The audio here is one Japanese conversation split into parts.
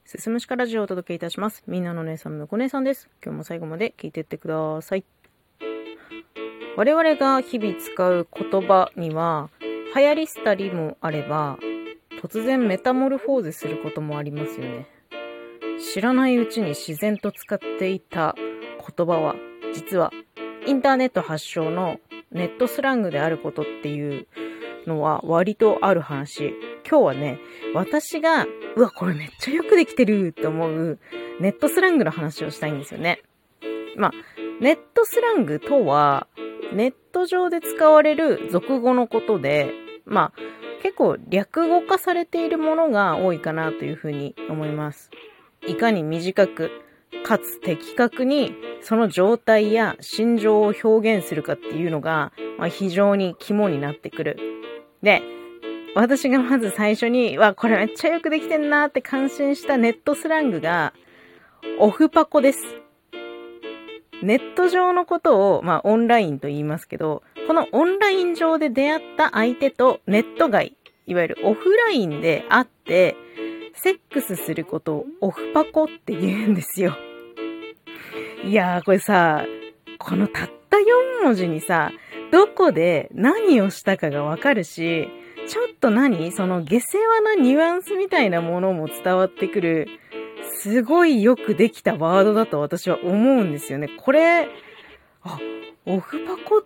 すすむしかラジオをお届けいたします。みんなの姉さん、むこ姉さんです。今日も最後まで聞いていってください。我々が日々使う言葉には、流行り廃りもあれば、突然メタモルフォーゼすることもありますよね。知らないうちに自然と使っていた言葉は、実はインターネット発祥のネットスラングであることっていうのは割とある話。今日はね、私がこれめっちゃよくできてると思うネットスラングの話をしたいんですよね。ネットスラングとはネット上で使われる俗語のことで、結構略語化されているものが多いかなというふうに思います。いかに短くかつ的確にその状態や心情を表現するかっていうのが、非常に肝になってくる。で、私がまず最初に、これめっちゃよくできてんなって感心したネットスラングが、オフパコです。ネット上のことを、オンラインと言いますけど、このオンライン上で出会った相手とネット外、いわゆるオフラインで会って、セックスすることをオフパコって言うんですよ。いやー、これさ、このたった4文字にさ、どこで何をしたかがわかるし、ちょっとその下世話なニュアンスみたいなものも伝わってくる、すごいよくできたワードだと私は思うんですよね。これ、オフパコって、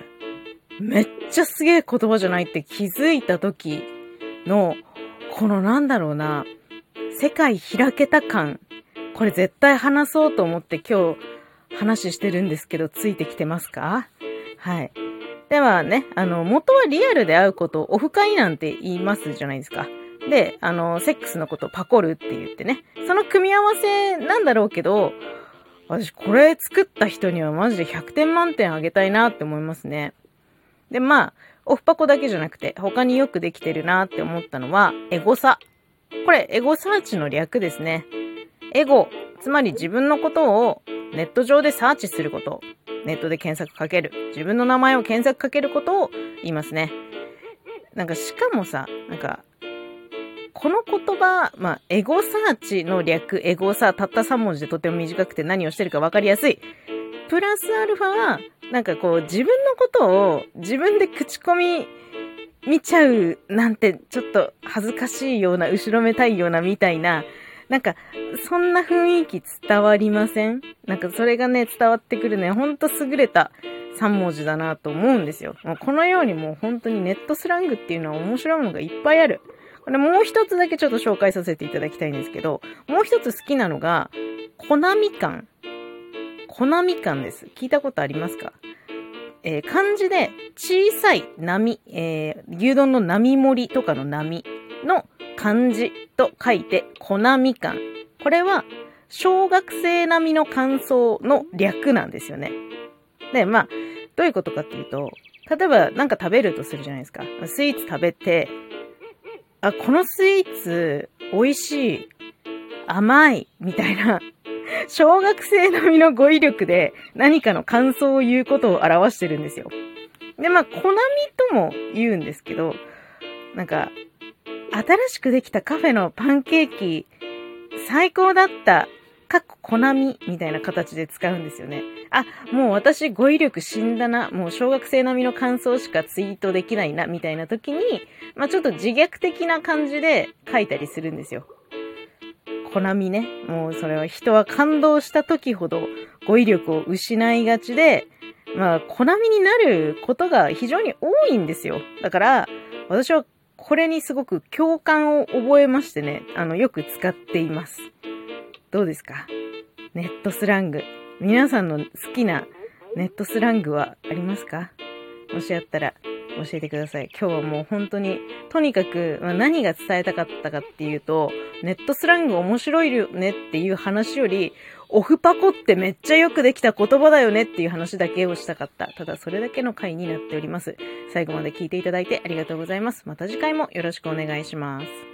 めっちゃすげえ言葉じゃないって気づいた時の、この世界開けた感。これ絶対話そうと思って今日話してるんですけど、ついてきてますか？はい。ではね、元はリアルで会うことをオフ会なんて言いますじゃないですか。で、セックスのことをパコるって言ってね、その組み合わせなんだろうけど、私これ作った人にはマジで100点満点あげたいなって思いますね。で、オフパコだけじゃなくて、他によくできてるなって思ったのは、エゴサ。これ、エゴサーチの略ですね。エゴ、つまり自分のことをネット上でサーチすること。ネットで検索かける。自分の名前を検索かけることを言いますね。しかもさ、この言葉、エゴサーチの略、エゴサ、たった3文字でとても短くて何をしてるか分かりやすい。プラスアルファは、自分のことを自分で口コミ見ちゃうなんてちょっと恥ずかしいような、後ろめたいようなみたいな、そんな雰囲気伝わりません？それがね、伝わってくるね、ほんと優れた3文字だなと思うんですよ。このようにもう本当にネットスラングっていうのは面白いものがいっぱいある。これもう一つだけちょっと紹介させていただきたいんですけど、もう一つ好きなのが、粉みかん。粉みかんです。聞いたことありますか？漢字で小さい波、牛丼の並盛りとかの波の漢字と書いて粉みかん。これは小学生並みの感想の略なんですよね。で、どういうことかっていうと、例えば食べるとするじゃないですか。スイーツ食べて、このスイーツ美味しい、甘い、みたいな、小学生並みの語彙力で何かの感想を言うことを表してるんですよ。で、粉みとも言うんですけど、新しくできたカフェのパンケーキ、最高だった、粉みみたいな形で使うんですよね。もう私語彙力死んだな、もう小学生並みの感想しかツイートできないな、みたいな時に、ちょっと自虐的な感じで書いたりするんですよ。粉みね。もうそれは人は感動した時ほど語彙力を失いがちで、粉みになることが非常に多いんですよ。だから、私はこれにすごく共感を覚えましてね、よく使っています。どうですか？ネットスラング。皆さんの好きなネットスラングはありますか？もしあったら教えてください。今日はもう本当に、とにかく、何が伝えたかったかっていうと、ネットスラング面白いよねっていう話より、オフパコってめっちゃよくできた言葉だよねっていう話だけをしたかった。ただそれだけの回になっております。最後まで聞いていただいてありがとうございます。また次回もよろしくお願いします。